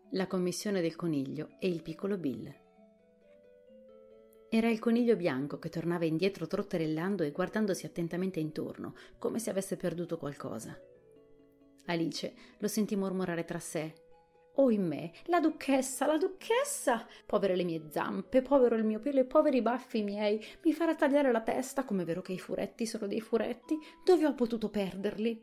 La commissione del coniglio e il piccolo Bill. Era il coniglio bianco che tornava indietro trotterellando e guardandosi attentamente intorno, come se avesse perduto qualcosa. Alice lo sentì mormorare tra sé: «Oimè, la duchessa, la duchessa! Povere le mie zampe, povero il mio pelo e poveri baffi miei! Mi farà tagliare la testa, com'è vero che i furetti sono dei furetti! Dove ho potuto perderli?»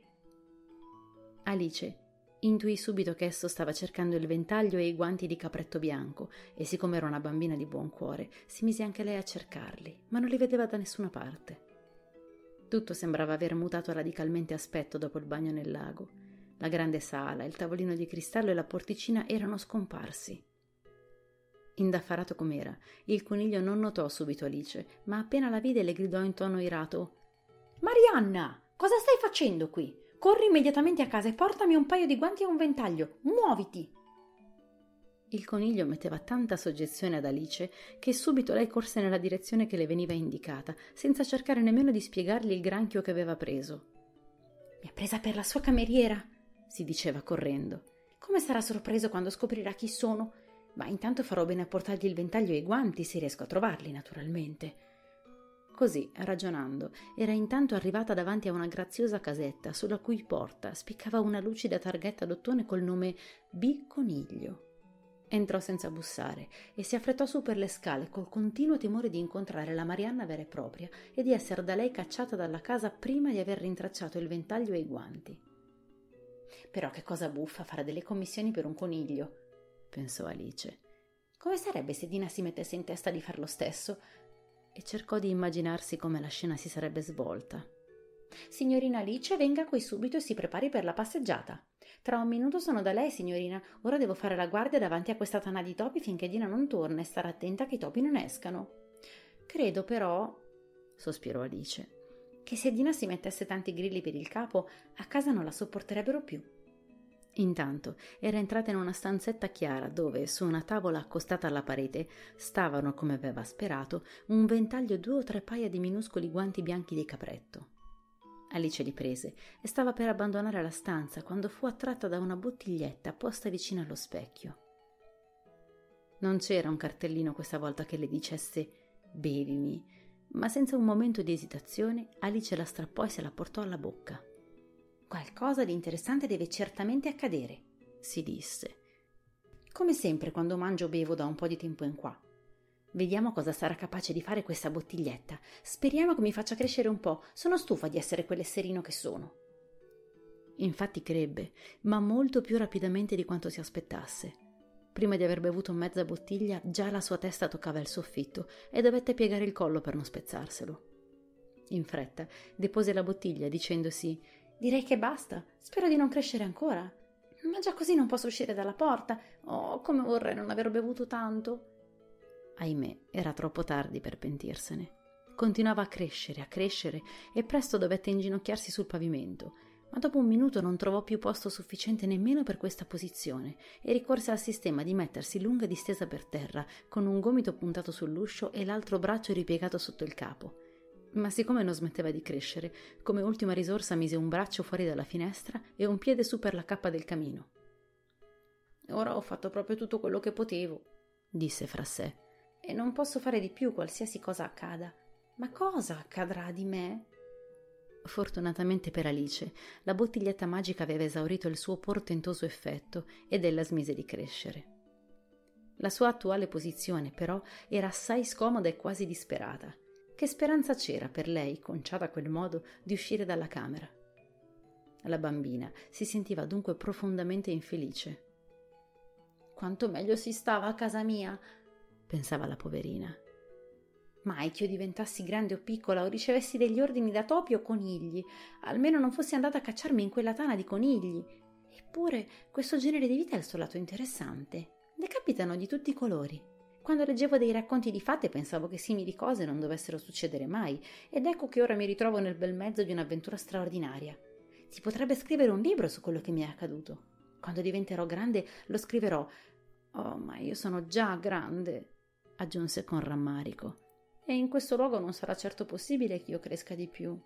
Alice intuì subito che esso stava cercando il ventaglio e i guanti di capretto bianco e, siccome era una bambina di buon cuore, si mise anche lei a cercarli, ma non li vedeva da nessuna parte. Tutto sembrava aver mutato radicalmente aspetto dopo il bagno nel lago. La grande sala, il tavolino di cristallo e la porticina erano scomparsi. Indaffarato com'era, il coniglio non notò subito Alice, ma appena la vide le gridò in tono irato: «Marianna, cosa stai facendo qui? Corri immediatamente a casa e portami un paio di guanti e un ventaglio. Muoviti!» Il coniglio metteva tanta soggezione ad Alice che subito lei corse nella direzione che le veniva indicata, senza cercare nemmeno di spiegargli il granchio che aveva preso. «Mi ha presa per la sua cameriera», si diceva correndo. «Come sarà sorpreso quando scoprirà chi sono? Ma intanto farò bene a portargli il ventaglio e i guanti, se riesco a trovarli, naturalmente». Così, ragionando, era intanto arrivata davanti a una graziosa casetta sulla cui porta spiccava una lucida targhetta d'ottone col nome B. Coniglio. Entrò senza bussare e si affrettò su per le scale col continuo timore di incontrare la Marianna vera e propria e di essere da lei cacciata dalla casa prima di aver rintracciato il ventaglio e i guanti. «Però che cosa buffa fare delle commissioni per un coniglio», pensò Alice. «Come sarebbe se Dina si mettesse in testa di far lo stesso?» E cercò di immaginarsi come la scena si sarebbe svolta. «Signorina Alice, venga qui subito e si prepari per la passeggiata. Tra un minuto sono da lei, signorina. Ora devo fare la guardia davanti a questa tana di topi finché Dina non torna e stare attenta che i topi non escano. Credo però», sospirò Alice, «che se Dina si mettesse tanti grilli per il capo, a casa non la sopporterebbero più». Intanto era entrata in una stanzetta chiara dove, su una tavola accostata alla parete, stavano, come aveva sperato, un ventaglio e 2 o 3 paia di minuscoli guanti bianchi di capretto. Alice li prese e stava per abbandonare la stanza quando fu attratta da una bottiglietta posta vicino allo specchio. Non c'era un cartellino questa volta che le dicesse «bevimi», ma senza un momento di esitazione Alice la strappò e se la portò alla bocca. «Qualcosa di interessante deve certamente accadere», si disse. «Come sempre quando mangio o bevo da un po' di tempo in qua. Vediamo cosa sarà capace di fare questa bottiglietta. Speriamo che mi faccia crescere un po'. Sono stufa di essere quell'esserino che sono». Infatti crebbe, ma molto più rapidamente di quanto si aspettasse. Prima di aver bevuto mezza bottiglia, già la sua testa toccava il soffitto e dovette piegare il collo per non spezzarselo. In fretta depose la bottiglia dicendosi: «Direi che basta, spero di non crescere ancora. Ma già così non posso uscire dalla porta. Oh, come vorrei non aver bevuto tanto». Ahimè, era troppo tardi per pentirsene. Continuava a crescere e presto dovette inginocchiarsi sul pavimento, ma dopo un minuto non trovò più posto sufficiente nemmeno per questa posizione e ricorse al sistema di mettersi lunga distesa per terra, con un gomito puntato sull'uscio e l'altro braccio ripiegato sotto il capo. Ma siccome non smetteva di crescere, come ultima risorsa mise un braccio fuori dalla finestra e un piede su per la cappa del camino. «Ora ho fatto proprio tutto quello che potevo», disse fra sé, «e non posso fare di più qualsiasi cosa accada. Ma cosa accadrà di me?» Fortunatamente per Alice, la bottiglietta magica aveva esaurito il suo portentoso effetto ed ella smise di crescere. La sua attuale posizione, però, era assai scomoda e quasi disperata. Che speranza c'era per lei, conciata a quel modo, di uscire dalla camera? La bambina si sentiva dunque profondamente infelice. «Quanto meglio si stava a casa mia», pensava la poverina. «Mai che io diventassi grande o piccola o ricevessi degli ordini da topi o conigli, almeno non fossi andata a cacciarmi in quella tana di conigli. Eppure questo genere di vita è il suo lato interessante. Ne capitano di tutti i colori. Quando leggevo dei racconti di fate pensavo che simili cose non dovessero succedere mai, ed ecco che ora mi ritrovo nel bel mezzo di un'avventura straordinaria. Si potrebbe scrivere un libro su quello che mi è accaduto. Quando diventerò grande lo scriverò. Oh, ma io sono già grande», aggiunse con rammarico, «e in questo luogo non sarà certo possibile che io cresca di più».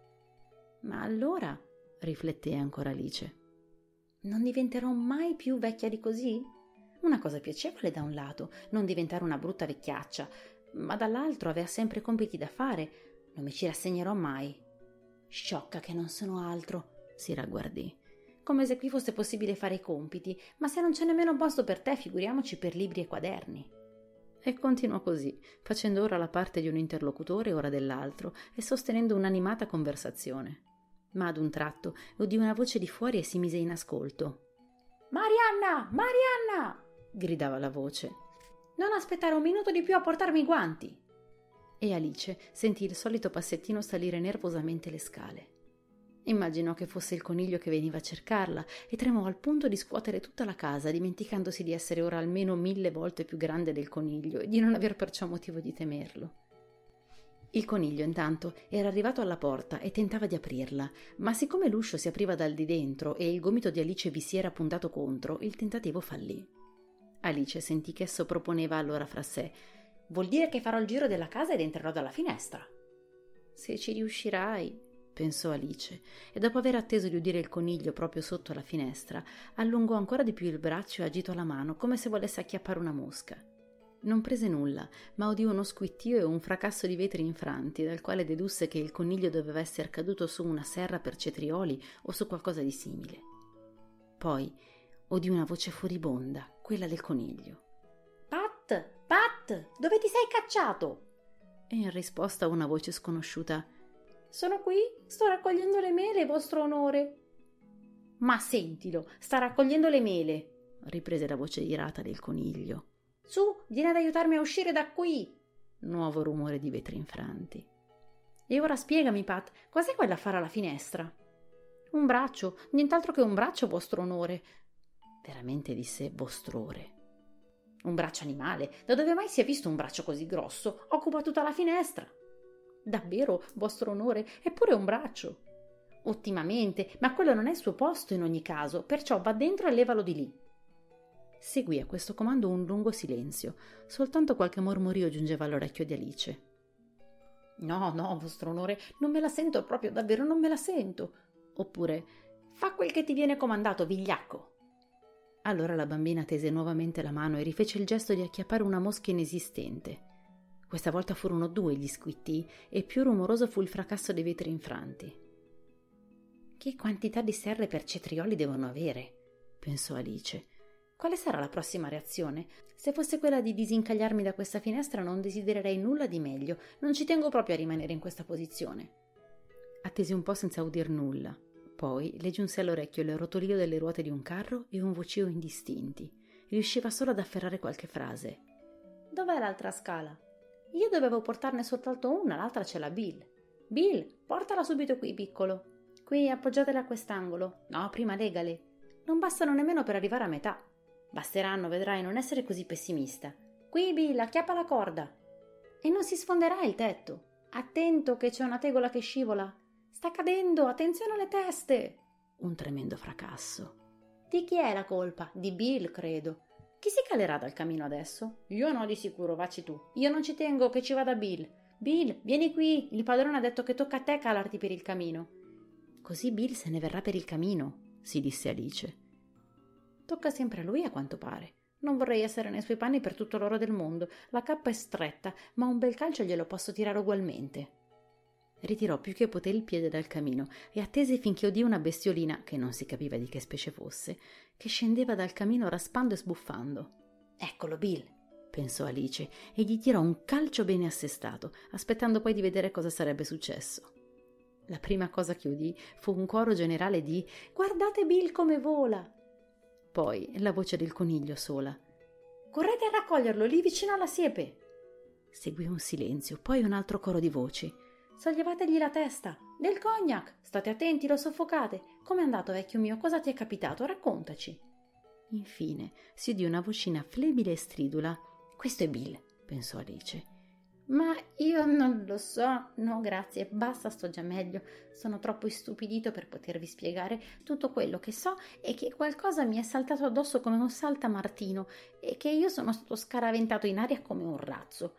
«Ma allora», rifletté ancora Alice, «non diventerò mai più vecchia di così? Una cosa piacevole da un lato, non diventare una brutta vecchiaccia, ma dall'altro aveva sempre compiti da fare. Non mi ci rassegnerò mai. Sciocca che non sono altro, si ragguardì. Come se qui fosse possibile fare i compiti, ma se non c'è nemmeno posto per te, figuriamoci per libri e quaderni. E continuò così, facendo ora la parte di un interlocutore e ora dell'altro, e sostenendo un'animata conversazione. Ma ad un tratto udì una voce di fuori e si mise in ascolto. «Marianna! Marianna!» gridava la voce. «Non aspettare un minuto di più a portarmi i guanti!» E Alice sentì il solito passettino salire nervosamente le scale. Immaginò che fosse il coniglio che veniva a cercarla e tremò al punto di scuotere tutta la casa, dimenticandosi di essere ora almeno 1000 volte più grande del coniglio e di non aver perciò motivo di temerlo. Il coniglio intanto era arrivato alla porta e tentava di aprirla, ma siccome l'uscio si apriva dal di dentro e il gomito di Alice vi si era puntato contro, il tentativo fallì. Alice sentì che esso proponeva allora fra sé: «Vuol dire che farò il giro della casa ed entrerò dalla finestra». «Se ci riuscirai», pensò Alice, e dopo aver atteso di udire il coniglio proprio sotto la finestra, allungò ancora di più il braccio e agitò la mano come se volesse acchiappare una mosca. Non prese nulla, ma udì uno squittio e un fracasso di vetri infranti, dal quale dedusse che il coniglio doveva essere caduto su una serra per cetrioli o su qualcosa di simile. Poi udì una voce furibonda, quella del coniglio. «Pat! Pat! Dove ti sei cacciato?» E in risposta una voce sconosciuta: «Sono qui, sto raccogliendo le mele, vostro onore». «Ma sentilo, sta raccogliendo le mele», riprese la voce irata del coniglio. «Su, vieni ad aiutarmi a uscire da qui!» Nuovo rumore di vetri infranti. «E ora spiegami, Pat, cos'è quell'affare alla finestra?» «Un braccio, nient'altro che un braccio, vostro onore». Veramente disse vostrore. «Un braccio animale? Da dove mai si è visto un braccio così grosso? Occupa tutta la finestra». «Davvero, vostro onore, eppure un braccio». «Ottimamente, ma quello non è il suo posto in ogni caso, perciò va dentro e levalo di lì». Seguì a questo comando un lungo silenzio, soltanto qualche mormorio giungeva all'orecchio di Alice. «No, no, vostro onore, non me la sento proprio, davvero non me la sento». Oppure: «Fa quel che ti viene comandato, vigliacco». Allora la bambina tese nuovamente la mano e rifece il gesto di acchiappare una mosca inesistente. Questa volta furono 2 gli squittii e più rumoroso fu il fracasso dei vetri infranti. «Che quantità di serre per cetrioli devono avere?» pensò Alice. «Quale sarà la prossima reazione? Se fosse quella di disincagliarmi da questa finestra non desidererei nulla di meglio, non ci tengo proprio a rimanere in questa posizione». Attese un po' senza udir nulla. Poi le giunse all'orecchio il rotolio delle ruote di un carro e un vocio indistinti. Riusciva solo ad afferrare qualche frase. «Dov'è l'altra scala?» «Io dovevo portarne soltanto una, l'altra ce l'ha Bill». «Bill, portala subito qui, piccolo». «Qui, appoggiatela a quest'angolo». «No, prima legale». «Non bastano nemmeno per arrivare a metà». «Basteranno, vedrai, non essere così pessimista». «Qui, Bill, acchiappa la corda». «E non si sfonderà il tetto». «Attento che c'è una tegola che scivola». «Sta cadendo, attenzione alle teste». Un tremendo fracasso. «Di chi è la colpa?» «Di Bill, credo». «Chi si calerà dal camino adesso?» «Io no, di sicuro, vacci tu». «Io non ci tengo, che ci vada Bill». «Bill, vieni qui, il padrone ha detto che tocca a te calarti per il camino». «Così Bill se ne verrà per il camino», si disse Alice. «Tocca sempre a lui, a quanto pare. Non vorrei essere nei suoi panni per tutto l'oro del mondo. La cappa è stretta, ma un bel calcio glielo posso tirare ugualmente». Ritirò più che poté il piede dal camino e attese finché udì una bestiolina, che non si capiva di che specie fosse, che scendeva dal camino raspando e sbuffando. «Eccolo, Bill», pensò Alice, e gli tirò un calcio bene assestato, aspettando poi di vedere cosa sarebbe successo. La prima cosa che udì fu un coro generale di «Guardate Bill come vola!». Poi la voce del coniglio sola: «Correte a raccoglierlo lì vicino alla siepe!». Seguì un silenzio, poi un altro coro di voci: «Sollevategli la testa! Del cognac! State attenti, lo soffocate! Com'è andato, vecchio mio? Cosa ti è capitato? Raccontaci!». Infine si udì una vocina flebile e stridula. «Questo è Bill», pensò Alice. «Ma io non lo so. No, grazie, basta, sto già meglio. Sono troppo istupidito per potervi spiegare. Tutto quello che so è che qualcosa mi è saltato addosso come un saltamartino e che io sono stato scaraventato in aria come un razzo».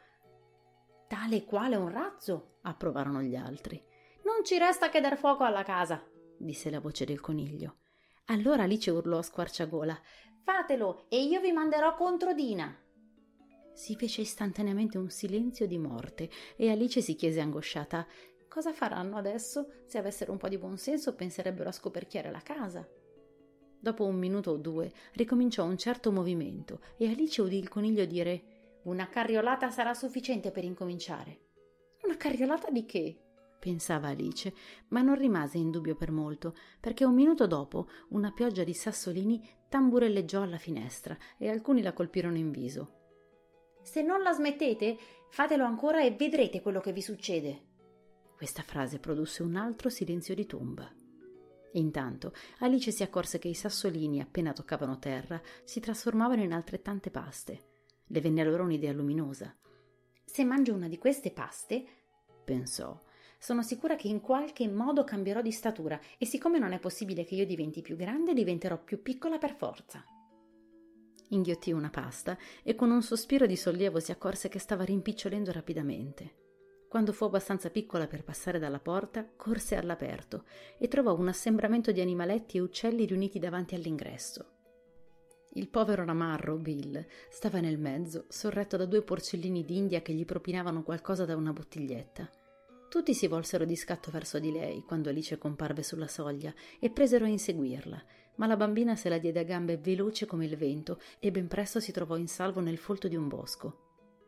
«Tale e quale un razzo», approvarono gli altri. «Non ci resta che dar fuoco alla casa», disse la voce del coniglio. Allora Alice urlò a squarciagola: Fatelo e io vi manderò contro Dina. Si fece istantaneamente un silenzio di morte e Alice si chiese angosciata: cosa faranno adesso? Se avessero un po' di buonsenso penserebbero a scoperchiare la casa. Dopo 1 minuto o 2 ricominciò un certo movimento e Alice udì il coniglio dire: una carriolata sarà sufficiente per incominciare. Una carriolata di che? Pensava Alice, ma non rimase in dubbio per molto, perché 1 minuto dopo una pioggia di sassolini tamburelleggiò alla finestra e alcuni la colpirono in viso. Se non la smettete, fatelo ancora e vedrete quello che vi succede. Questa frase produsse un altro silenzio di tomba. Intanto Alice si accorse che i sassolini, appena toccavano terra, si trasformavano in altrettante paste. Le venne allora un'idea luminosa. Se mangio una di queste paste, pensò, sono sicura che in qualche modo cambierò di statura e siccome non è possibile che io diventi più grande, diventerò più piccola per forza. Inghiottì una pasta e con un sospiro di sollievo si accorse che stava rimpicciolendo rapidamente. Quando fu abbastanza piccola per passare dalla porta, corse all'aperto e trovò un assembramento di animaletti e uccelli riuniti davanti all'ingresso. Il povero ramarro, Bill, stava nel mezzo, sorretto da 2 porcellini d'India che gli propinavano qualcosa da una bottiglietta. Tutti si volsero di scatto verso di lei quando Alice comparve sulla soglia e presero a inseguirla, ma la bambina se la diede a gambe veloce come il vento e ben presto si trovò in salvo nel folto di un bosco.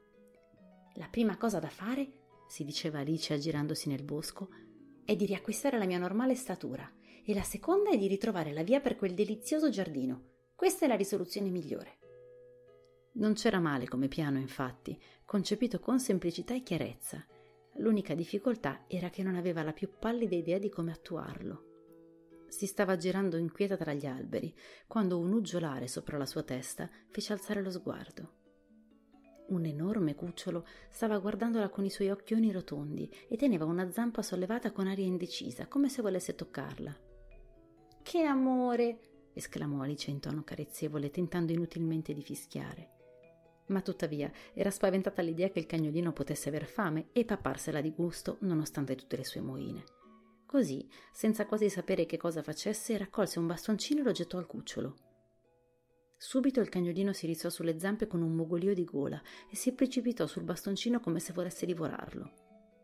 La prima cosa da fare, si diceva Alice aggirandosi nel bosco, è di riacquistare la mia normale statura e la seconda è di ritrovare la via per quel delizioso giardino. Questa è la risoluzione migliore. Non c'era male come piano, infatti, concepito con semplicità e chiarezza. L'unica difficoltà era che non aveva la più pallida idea di come attuarlo. Si stava girando inquieta tra gli alberi, quando un uggiolare sopra la sua testa fece alzare lo sguardo. Un enorme cucciolo stava guardandola con i suoi occhioni rotondi e teneva una zampa sollevata con aria indecisa, come se volesse toccarla. «Che amore!» esclamò Alice in tono carezzevole, tentando inutilmente di fischiare. Ma tuttavia era spaventata all'idea che il cagnolino potesse aver fame e papparsela di gusto nonostante tutte le sue moine. Così, senza quasi sapere che cosa facesse, raccolse un bastoncino e lo gettò al cucciolo. Subito il cagnolino si rizzò sulle zampe con un mugolìo di gola e si precipitò sul bastoncino come se volesse divorarlo.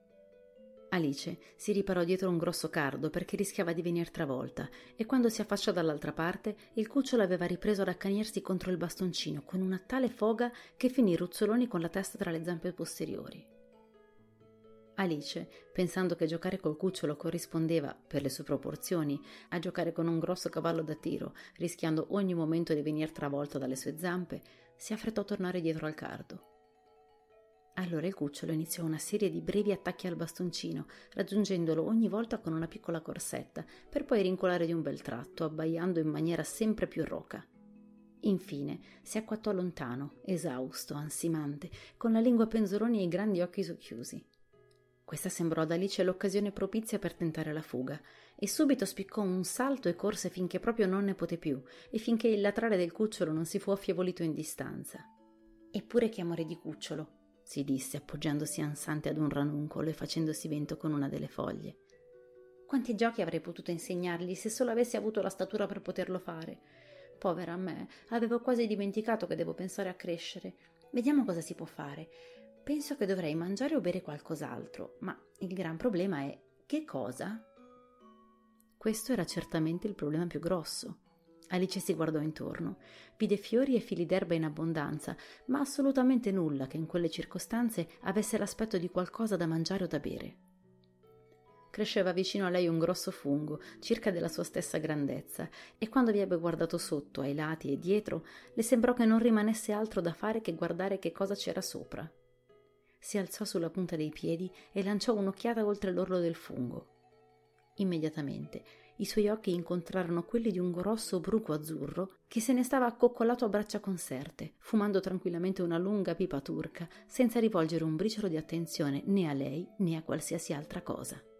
Alice si riparò dietro un grosso cardo perché rischiava di venir travolta e quando si affacciò dall'altra parte il cucciolo aveva ripreso ad accanirsi contro il bastoncino con una tale foga che finì ruzzoloni con la testa tra le zampe posteriori. Alice, pensando che giocare col cucciolo corrispondeva, per le sue proporzioni, a giocare con un grosso cavallo da tiro, rischiando ogni momento di venir travolta dalle sue zampe, si affrettò a tornare dietro al cardo. Allora il cucciolo iniziò una serie di brevi attacchi al bastoncino, raggiungendolo ogni volta con una piccola corsetta, per poi rincolare di un bel tratto, abbaiando in maniera sempre più roca. Infine si acquattò lontano, esausto, ansimante, con la lingua a penzoloni e i grandi occhi socchiusi. Questa sembrò ad Alice l'occasione propizia per tentare la fuga, e subito spiccò un salto e corse finché proprio non ne poté più, e finché il latrare del cucciolo non si fu affievolito in distanza. «Eppure che amore di cucciolo!» si disse, appoggiandosi ansante ad un ranuncolo e facendosi vento con una delle foglie. «Quanti giochi avrei potuto insegnargli se solo avessi avuto la statura per poterlo fare! Povera me, avevo quasi dimenticato che devo pensare a crescere. Vediamo cosa si può fare. Penso che dovrei mangiare o bere qualcos'altro, ma il gran problema è che cosa?» Questo era certamente il problema più grosso. Alice si guardò intorno, vide fiori e fili d'erba in abbondanza, ma assolutamente nulla che in quelle circostanze avesse l'aspetto di qualcosa da mangiare o da bere. Cresceva vicino a lei un grosso fungo, circa della sua stessa grandezza, e quando vi ebbe guardato sotto, ai lati e dietro, le sembrò che non rimanesse altro da fare che guardare che cosa c'era sopra. Si alzò sulla punta dei piedi e lanciò un'occhiata oltre l'orlo del fungo. Immediatamente i suoi occhi incontrarono quelli di un grosso bruco azzurro che se ne stava accoccolato a braccia conserte, fumando tranquillamente una lunga pipa turca, senza rivolgere un briciolo di attenzione né a lei né a qualsiasi altra cosa.